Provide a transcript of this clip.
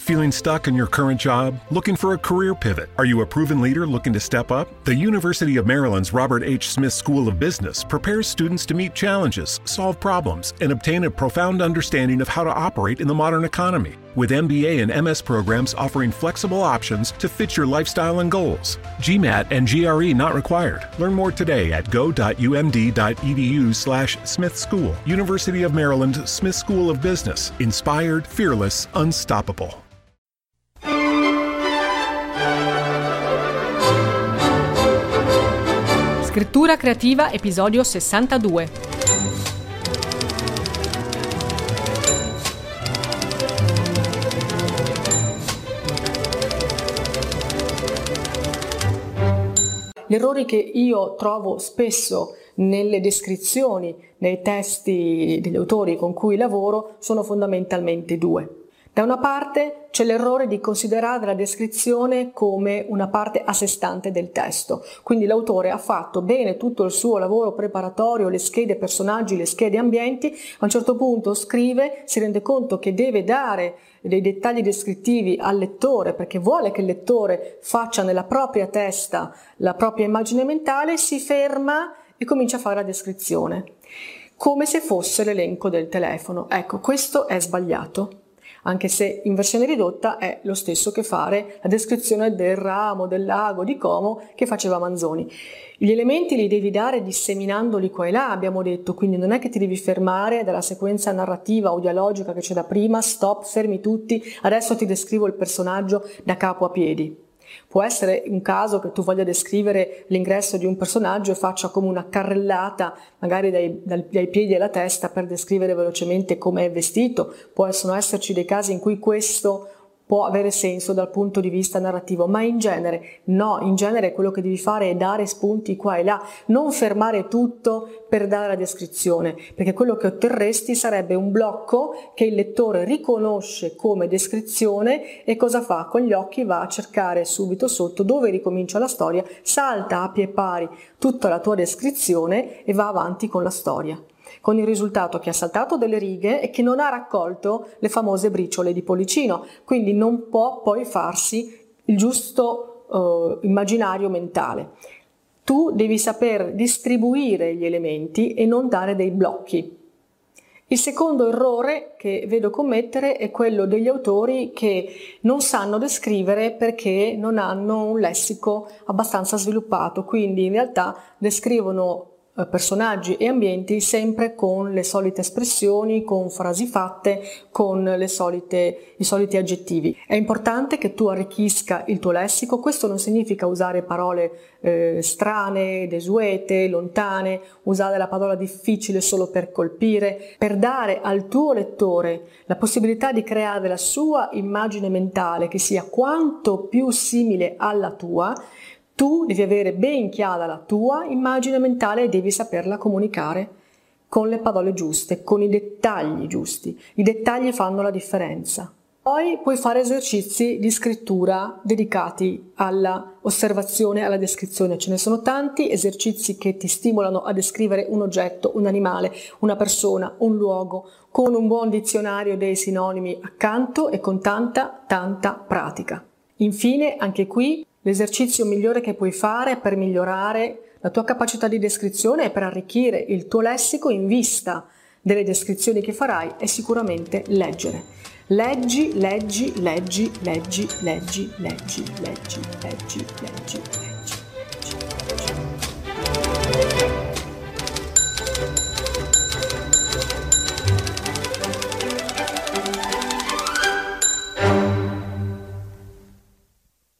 Feeling stuck in your current job? Looking for a career pivot? Are you a proven leader looking to step up? The University of Maryland's Robert H. Smith School of Business prepares students to meet challenges, solve problems, and obtain a profound understanding of how to operate in the modern economy. With MBA and MS programs offering flexible options to fit your lifestyle and goals. GMAT and GRE not required. Learn more today at go.umd.edu/Smith School. University of Maryland Smith School of Business. Inspired, fearless, unstoppable. Scrittura creativa, episodio 62. Gli errori che io trovo spesso nelle descrizioni, nei testi degli autori con cui lavoro sono fondamentalmente due. Da una parte c'è l'errore di considerare la descrizione come una parte a sé stante del testo, quindi l'autore ha fatto bene tutto il suo lavoro preparatorio, le schede personaggi, le schede ambienti, a un certo punto scrive, si rende conto che deve dare dei dettagli descrittivi al lettore perché vuole che il lettore faccia nella propria testa la propria immagine mentale, si ferma e comincia a fare la descrizione, come se fosse l'elenco del telefono. Ecco, questo è sbagliato. Anche se in versione ridotta è lo stesso che fare la descrizione del ramo, del lago, di Como che faceva Manzoni. Gli elementi li devi dare disseminandoli qua e là, abbiamo detto, quindi non è che ti devi fermare dalla sequenza narrativa o dialogica che c'è da prima, stop, fermi tutti, adesso ti descrivo il personaggio da capo a piedi. Può essere un caso che tu voglia descrivere l'ingresso di un personaggio e faccia come una carrellata, magari dai piedi alla testa, per descrivere velocemente come è vestito. Possono esserci dei casi in cui questo può avere senso dal punto di vista narrativo, ma in genere no, in genere quello che devi fare è dare spunti qua e là, non fermare tutto per dare la descrizione, perché quello che otterresti sarebbe un blocco che il lettore riconosce come descrizione e cosa fa? Con gli occhi va a cercare subito sotto dove ricomincia la storia, salta a pie pari tutta la tua descrizione e va avanti con la storia, con il risultato che ha saltato delle righe e che non ha raccolto le briciole di Pollicino, quindi non può poi farsi il giusto immaginario mentale. Tu devi saper distribuire gli elementi e non dare dei blocchi. Il secondo errore che vedo commettere è quello degli autori che non sanno descrivere perché non hanno un lessico abbastanza sviluppato, quindi in realtà descrivono personaggi e ambienti sempre con le solite espressioni, con frasi fatte, con i soliti aggettivi. È importante che tu arricchisca il tuo lessico, questo non significa usare parole strane, desuete, lontane, usare la parola difficile solo per colpire, per dare al tuo lettore la possibilità di creare la sua immagine mentale che sia quanto più simile alla tua. Tu devi avere ben chiara la tua immagine mentale e devi saperla comunicare con le parole giuste, con i dettagli giusti. I dettagli fanno la differenza. Poi puoi fare esercizi di scrittura dedicati alla osservazione, alla descrizione. Ce ne sono tanti esercizi che ti stimolano a descrivere un oggetto, un animale, una persona, un luogo, con un buon dizionario dei sinonimi accanto e con tanta pratica. Infine, anche qui, l'esercizio migliore che puoi fare per migliorare la tua capacità di descrizione e per arricchire il tuo lessico in vista delle descrizioni che farai è sicuramente leggere. Leggi, leggi, leggi, leggi, leggi, leggi, leggi, leggi, leggi, leggi.